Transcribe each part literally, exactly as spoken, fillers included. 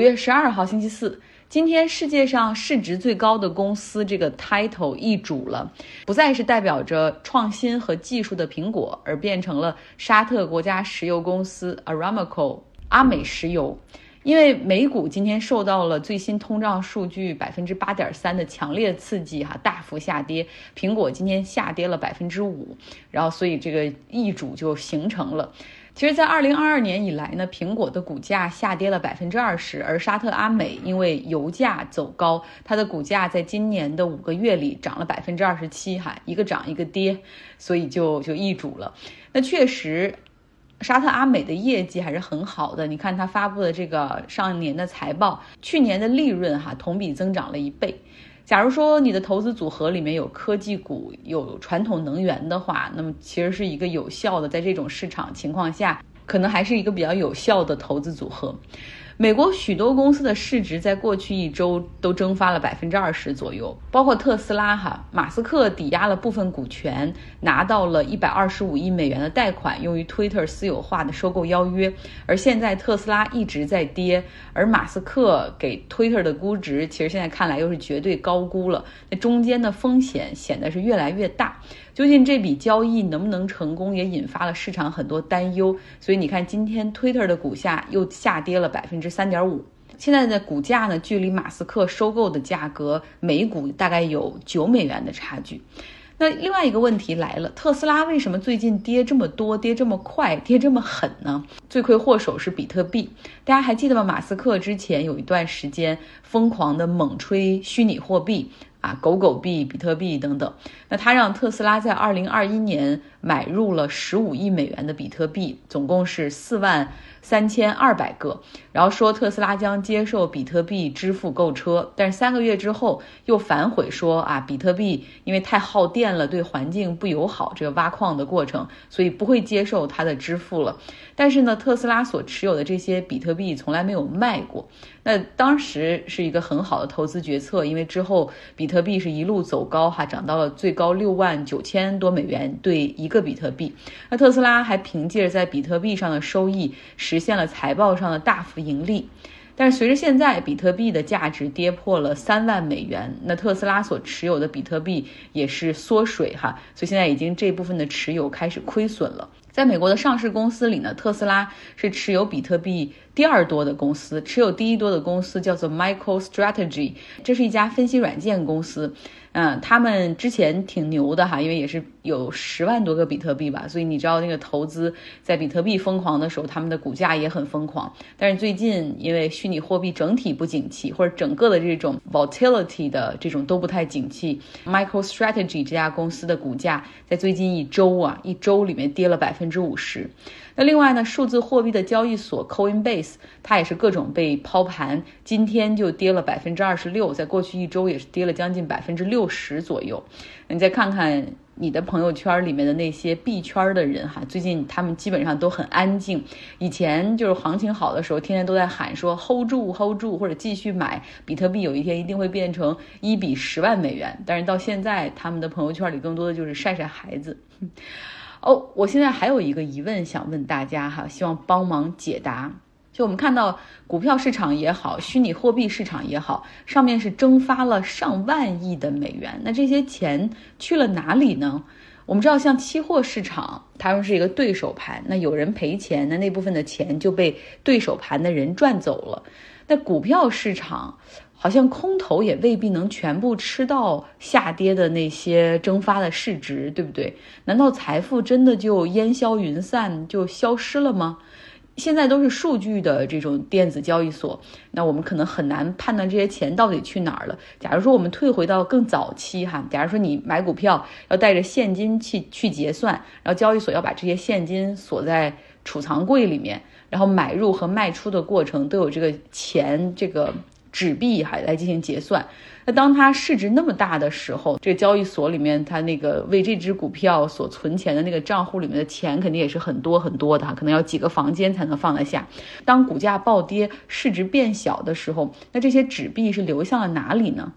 五月十二号星期四，今天世界上市值最高的公司这个 title 易主了，不再是代表着创新和技术的苹果，而变成了沙特国家石油公司 Aramco 阿美石油。因为美股今天受到了最新通胀数据 百分之八点三 的强烈刺激哈，大幅下跌，苹果今天下跌了 百分之五， 然后所以这个易主就形成了。其实在二零二二年以来呢，苹果的股价下跌了 百分之二十， 而沙特阿美因为油价走高，它的股价在今年的五个月里涨了 百分之二十七 哈，一个涨一个跌，所以就就易主了。那确实沙特阿美的业绩还是很好的，你看它发布的这个上年的财报，去年的利润哈同比增长了一倍。假如说你的投资组合里面有科技股、有传统能源的话，那么其实是一个有效的，在这种市场情况下，可能还是一个比较有效的投资组合。美国许多公司的市值在过去一周都蒸发了 百分之二十 左右，包括特斯拉哈，马斯克抵押了部分股权，拿到了一百二十五亿美元的贷款，用于 Twitter 私有化的收购邀约。而现在特斯拉一直在跌，而马斯克给 Twitter 的估值其实现在看来又是绝对高估了，那中间的风险显得是越来越大。究竟这笔交易能不能成功，也引发了市场很多担忧。所以你看今天 Twitter 的股价又下跌了 百分之三点五， 现在的股价呢，距离马斯克收购的价格每股大概有九美元的差距。那另外一个问题来了，特斯拉为什么最近跌这么多，跌这么快，跌这么狠呢？罪魁祸首是比特币。大家还记得吗？马斯克之前有一段时间疯狂的猛吹虚拟货币啊，狗狗币、比特币等等。那他让特斯拉在二零二一年买入了十五亿美元的比特币，总共是四万三千二百个，然后说特斯拉将接受比特币支付购车，但是三个月之后又反悔说啊，比特币因为太耗电了，对环境不友好，这个挖矿的过程，所以不会接受它的支付了。但是呢，特斯拉所持有的这些比特币从来没有卖过，那当时是一个很好的投资决策，因为之后比特币是一路走高哈，涨到了最高六万九千多美元对一个比特币。那特斯拉还凭借着在比特币上的收益，实现了财报上的大幅盈利。但是随着现在比特币的价值跌破了三万美元，那特斯拉所持有的比特币也是缩水哈，所以现在已经这部分的持有开始亏损了。在美国的上市公司里呢，特斯拉是持有比特币第二多的公司，持有第一多的公司叫做 MicroStrategy， 这是一家分析软件公司。嗯，他们之前挺牛的哈，因为也是有十万多个比特币吧，所以你知道那个投资在比特币疯狂的时候，他们的股价也很疯狂。但是最近因为虚拟货币整体不景气，或者整个的这种 volatility 的这种都不太景气， MicroStrategy 这家公司的股价在最近一周啊，一周里面跌了 百分之五十。那另外呢，数字货币的交易所 Coinbase 它也是各种被抛盘，今天就跌了 百分之二十六， 在过去一周也是跌了将近 百分之六十 左右。你再看看你的朋友圈里面的那些币圈的人哈，最近他们基本上都很安静。以前就是行情好的时候，天天都在喊说 hold 住 hold 住，或者继续买比特币，有一天一定会变成一比十万美元。但是到现在他们的朋友圈里更多的就是晒晒孩子。哦，我现在还有一个疑问想问大家哈，希望帮忙解答。就我们看到股票市场也好，虚拟货币市场也好，上面是蒸发了上万亿的美元，那这些钱去了哪里呢？我们知道像期货市场，他们是一个对手盘，那有人赔钱，那那部分的钱就被对手盘的人赚走了。那股票市场好像空头也未必能全部吃到下跌的那些蒸发的市值，对不对？难道财富真的就烟消云散，就消失了吗？现在都是数据的这种电子交易所，那我们可能很难判断这些钱到底去哪儿了。假如说我们退回到更早期哈，假如说你买股票要带着现金去去结算，然后交易所要把这些现金锁在储藏柜里面，然后买入和卖出的过程都有这个钱这个纸币还来进行结算。那当它市值那么大的时候，这个交易所里面它那个为这只股票所存钱的那个账户里面的钱肯定也是很多很多的，可能要几个房间才能放得下。当股价暴跌，市值变小的时候，那这些纸币是流向了哪里呢？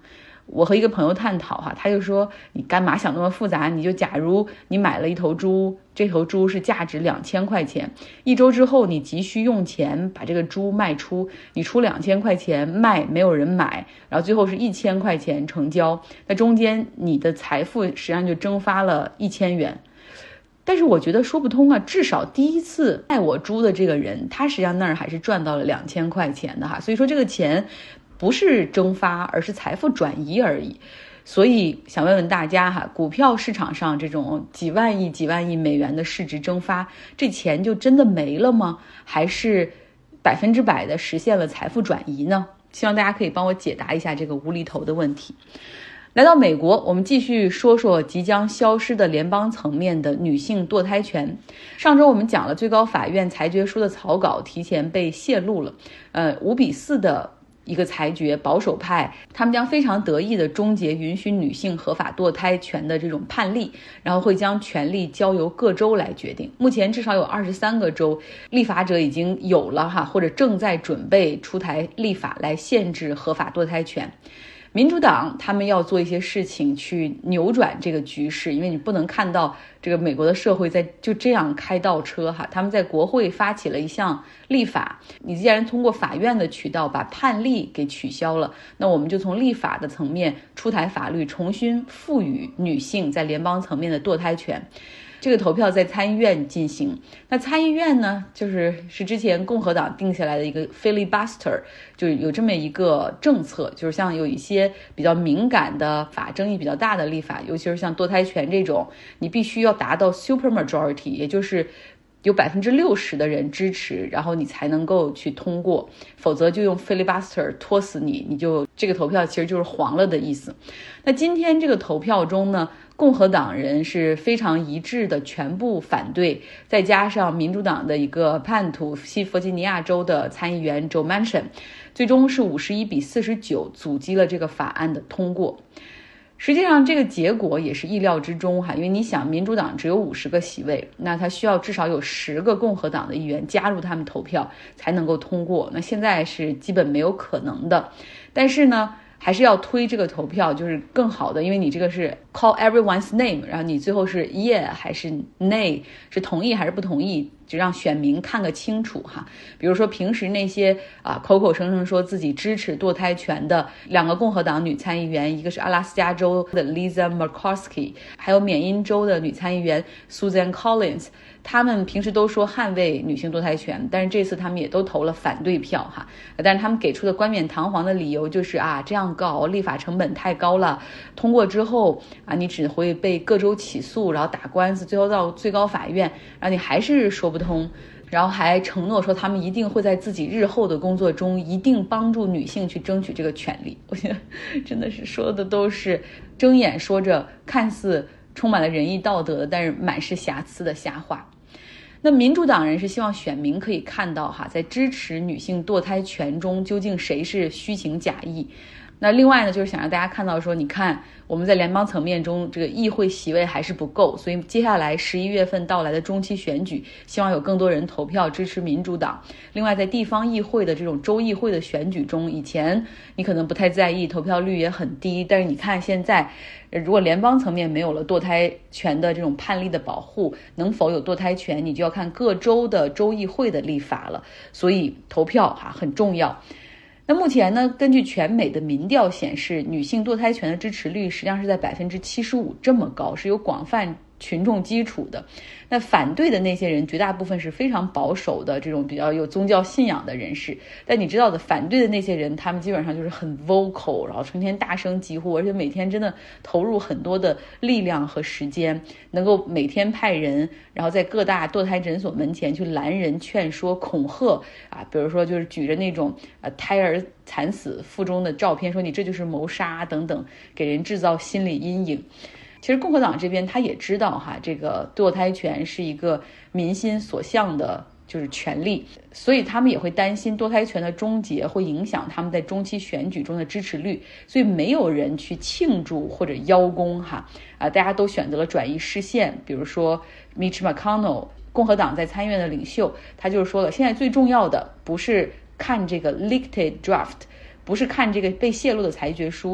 我和一个朋友探讨哈，他就说你干嘛想那么复杂？你就假如你买了一头猪，这头猪是价值两千块钱，一周之后你急需用钱把这个猪卖出，你出两千块钱卖，没有人买，然后最后是一千块钱成交，那中间你的财富实际上就蒸发了一千元。但是我觉得说不通啊，至少第一次卖我猪的这个人，他实际上那儿还是赚到了两千块钱的哈，所以说这个钱不是蒸发，而是财富转移而已。所以想问问大家哈，股票市场上这种几万亿、几万亿美元的市值蒸发，这钱就真的没了吗？还是百分之百的实现了财富转移呢？希望大家可以帮我解答一下这个无厘头的问题。来到美国，我们继续说说即将消失的联邦层面的女性堕胎权。上周我们讲了最高法院裁决书的草稿提前被泄露了，呃，五比四的一个裁决，保守派他们将非常得意地终结允许女性合法堕胎权的这种判例，然后会将权力交由各州来决定。目前至少有二十三个州立法者已经有了哈，或者正在准备出台立法来限制合法堕胎权。民主党他们要做一些事情去扭转这个局势，因为你不能看到这个美国的社会在就这样开倒车哈。他们在国会发起了一项立法，你既然通过法院的渠道把判例给取消了，那我们就从立法的层面出台法律，重新赋予女性在联邦层面的堕胎权。这个投票在参议院进行，那参议院呢，就是是之前共和党定下来的一个 filibuster， 就有这么一个政策，就是像有一些比较敏感的法，争议比较大的立法，尤其是像堕胎权这种，你必须要达到 super majority， 也就是有百分之六十的人支持，然后你才能够去通过，否则就用 filibuster 拖死你，你就这个投票其实就是黄了的意思。那今天这个投票中呢，共和党人是非常一致的全部反对，再加上民主党的一个叛徒西弗吉尼亚州的参议员 Joe Manchin， 最终是五十一比四十九阻击了这个法案的通过。实际上这个结果也是意料之中哈，因为你想民主党只有五十个席位，那他需要至少有十个共和党的议员加入他们投票才能够通过，那现在是基本没有可能的。但是呢还是要推这个投票，就是更好的，因为你这个是 call everyone's name， 然后你最后是 yeah 还是 nay， 是同意还是不同意，就让选民看个清楚哈。比如说平时那些啊口口声声说自己支持堕胎权的两个共和党女参议员，一个是阿拉斯加州的 Lisa Murkowski， 还有缅因州的女参议员 Susan Collins，他们平时都说捍卫女性堕胎权，但是这次他们也都投了反对票哈。但是他们给出的冠冕堂皇的理由就是啊，这样搞立法成本太高了，通过之后啊，你只会被各州起诉，然后打官司，最后到最高法院，然后你还是说不通。然后还承诺说他们一定会在自己日后的工作中一定帮助女性去争取这个权利。我觉得真的是说的都是睁眼说着看似充满了仁义道德但是满是瑕疵的瞎话。那民主党人是希望选民可以看到哈，在支持女性堕胎权中究竟谁是虚情假意。那另外呢，就是想让大家看到说，你看我们在联邦层面中这个议会席位还是不够，所以接下来十一月份到来的中期选举，希望有更多人投票支持民主党。另外在地方议会的这种州议会的选举中，以前你可能不太在意，投票率也很低，但是你看现在如果联邦层面没有了堕胎权的这种判例的保护，能否有堕胎权你就要看各州的州议会的立法了，所以投票哈很重要。那目前呢，根据全美的民调显示，女性堕胎权的支持率实际上是在百分之七十五，这么高，是有广泛群众基础的。那反对的那些人绝大部分是非常保守的这种比较有宗教信仰的人士，但你知道的，反对的那些人他们基本上就是很 vocal， 然后成天大声疾呼，而且每天真的投入很多的力量和时间，能够每天派人然后在各大堕胎诊所门前去拦人劝说恐吓啊，比如说就是举着那种呃胎儿惨死腹中的照片说你这就是谋杀等等，给人制造心理阴影。其实共和党这边他也知道哈，这个堕胎权是一个民心所向的就是权利，所以他们也会担心堕胎权的终结会影响他们在中期选举中的支持率，所以没有人去庆祝或者邀功哈啊，大家都选择了转移视线。比如说 Mitch McConnell 共和党在参议院的领袖，他就是说了，现在最重要的不是看这个 leaked draft， 不是看这个被泄露的裁决书，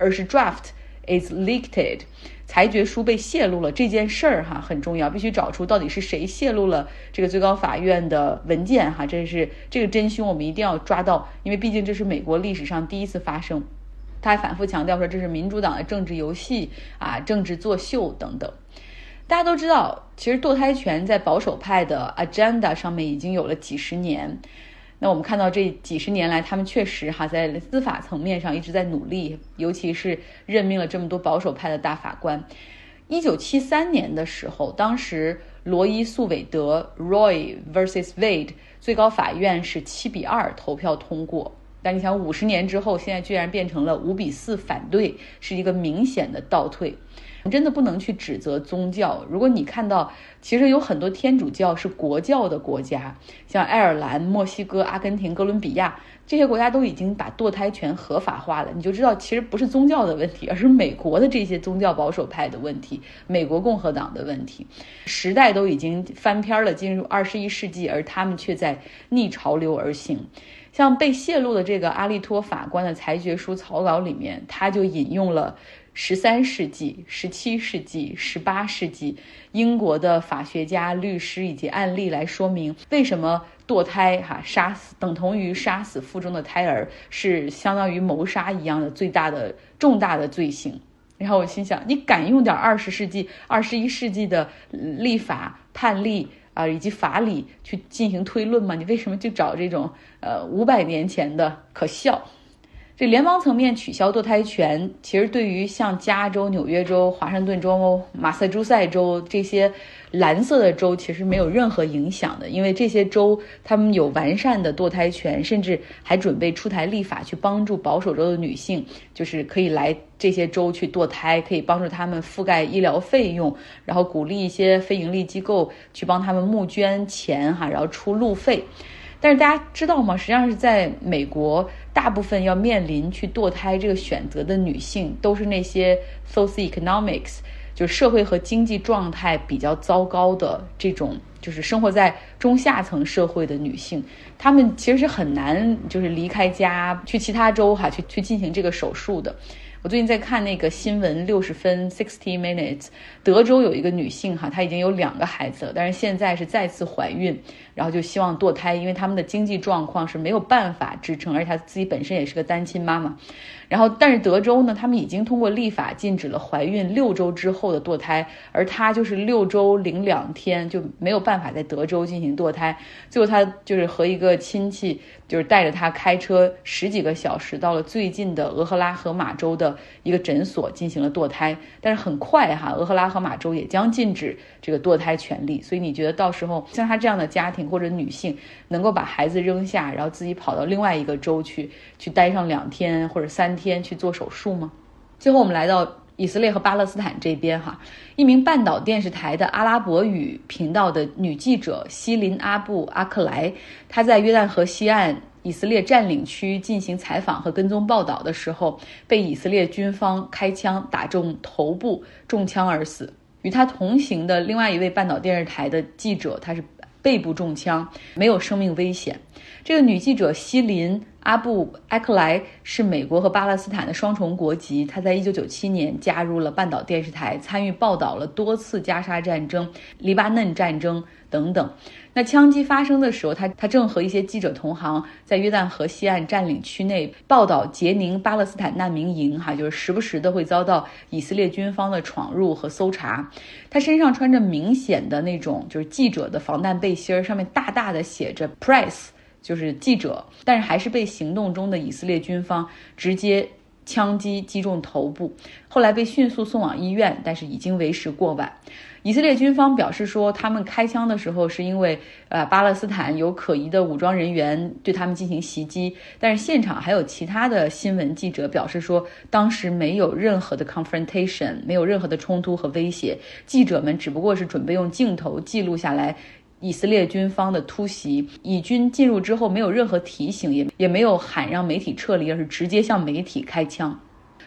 而是 draft is leaked， 裁决书被泄露了这件事儿哈很重要，必须找出到底是谁泄露了这个最高法院的文件哈，这是这个真凶我们一定要抓到，因为毕竟这是美国历史上第一次发生。他还反复强调说这是民主党的政治游戏啊，政治作秀等等。大家都知道，其实堕胎权在保守派的 agenda 上面已经有了几十年。那我们看到这几十年来，他们确实哈在司法层面上一直在努力，尤其是任命了这么多保守派的大法官。一九七三年的时候，当时罗伊诉韦德 Roe versus Wade 最高法院是七比二投票通过。但你想五十年之后，现在居然变成了五比四反对，是一个明显的倒退。真的不能去指责宗教，如果你看到其实有很多天主教是国教的国家，像爱尔兰、墨西哥、阿根廷、哥伦比亚，这些国家都已经把堕胎权合法化了，你就知道其实不是宗教的问题，而是美国的这些宗教保守派的问题，美国共和党的问题。时代都已经翻篇了，进入二十一世纪，而他们却在逆潮流而行。像被泄露的这个阿利托法官的裁决书草稿里面，他就引用了十三世纪、十七世纪、十八世纪英国的法学家、律师以及案例来说明为什么堕胎哈杀死等同于杀死腹中的胎儿，是相当于谋杀一样的最大的重大的罪行。然后我心想，你敢用点二十世纪、二十一世纪的立法判例啊，以及法理去进行推论吗？你为什么就找这种呃五百年前的？可笑！这联邦层面取消堕胎权，其实对于像加州、纽约州、华盛顿州、马萨诸塞州这些蓝色的州其实没有任何影响的，因为这些州他们有完善的堕胎权，甚至还准备出台立法去帮助保守州的女性，就是可以来这些州去堕胎，可以帮助他们覆盖医疗费用，然后鼓励一些非盈利机构去帮他们募捐钱哈，然后出路费。但是大家知道吗？实际上是在美国，大部分要面临去堕胎这个选择的女性，都是那些 socioeconomics， 就是社会和经济状态比较糟糕的这种，就是生活在中下层社会的女性，她们其实是很难就是离开家去其他州哈去去进行这个手术的。我最近在看那个新闻六十分 sixty minutes， 德州有一个女性哈，她已经有两个孩子了，但是现在是再次怀孕，然后就希望堕胎，因为他们的经济状况是没有办法支撑，而且她自己本身也是个单亲妈妈。然后但是德州呢，他们已经通过立法禁止了怀孕六周之后的堕胎，而她就是六周零两天就没有办法在德州进行堕胎。最后她就是和一个亲戚就是带着她开车十几个小时到了最近的俄克拉荷马州的一个诊所进行了堕胎，但是很快哈，俄克拉荷马州也将禁止这个堕胎权利。所以你觉得到时候像她这样的家庭或者女性能够把孩子扔下，然后自己跑到另外一个州去去待上两天或者三天去做手术吗？最后我们来到以色列和巴勒斯坦这边哈，一名半岛电视台的阿拉伯语频道的女记者希林阿布阿克莱，她在约旦河西岸以色列占领区进行采访和跟踪报道的时候，被以色列军方开枪打中头部，中枪而死。与她同行的另外一位半岛电视台的记者，她是背部中枪，没有生命危险。这个女记者希林阿布埃克莱是美国和巴勒斯坦的双重国籍，她在一九九七年加入了半岛电视台，参与报道了多次加沙战争、黎巴嫩战争等等。那枪击发生的时候，他他正和一些记者同行在约旦河西岸占领区内报道杰宁巴勒斯坦难民营哈，就是时不时的会遭到以色列军方的闯入和搜查。他身上穿着明显的那种就是记者的防弹背心，上面大大的写着 press， 就是记者，但是还是被行动中的以色列军方直接枪击击中头部，后来被迅速送往医院，但是已经为时过晚。以色列军方表示说，他们开枪的时候是因为呃巴勒斯坦有可疑的武装人员对他们进行袭击，但是现场还有其他的新闻记者表示说，当时没有任何的 confrontation， 没有任何的冲突和威胁，记者们只不过是准备用镜头记录下来以色列军方的突袭，以军进入之后没有任何提醒，也也没有喊让媒体撤离，而是直接向媒体开枪。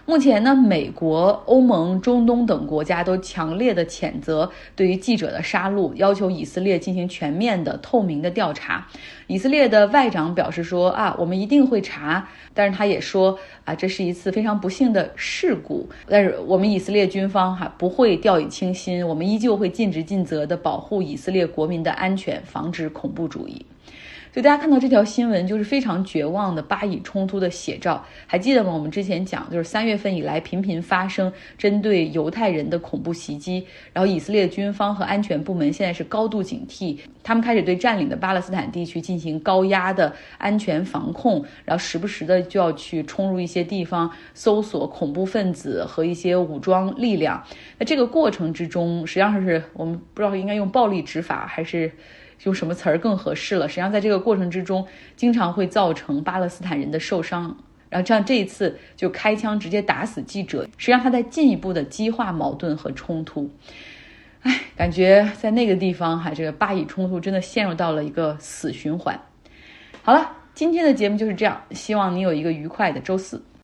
目前呢，美国、欧盟、中东等国家都强烈的谴责对于记者的杀戮，要求以色列进行全面的、透明的调查。以色列的外长表示说啊，我们一定会查，但是他也说啊，这是一次非常不幸的事故，但是我们以色列军方还不会掉以轻心，我们依旧会尽职尽责地保护以色列国民的安全，防止恐怖主义。所以大家看到这条新闻就是非常绝望的巴以冲突的写照。还记得吗？我们之前讲，就是三月份以来频频发生针对犹太人的恐怖袭击，然后以色列军方和安全部门现在是高度警惕，他们开始对占领的巴勒斯坦地区进行高压的安全防控，然后时不时的就要去冲入一些地方搜索恐怖分子和一些武装力量。那这个过程之中，实际上是我们不知道应该用暴力执法还是用什么词儿更合适了。实际上在这个过程之中经常会造成巴勒斯坦人的受伤，然后这样这一次就开枪直接打死记者，实际上他在进一步的激化矛盾和冲突。哎，感觉在那个地方哈，这个巴以冲突真的陷入到了一个死循环。好了，今天的节目就是这样，希望你有一个愉快的周四。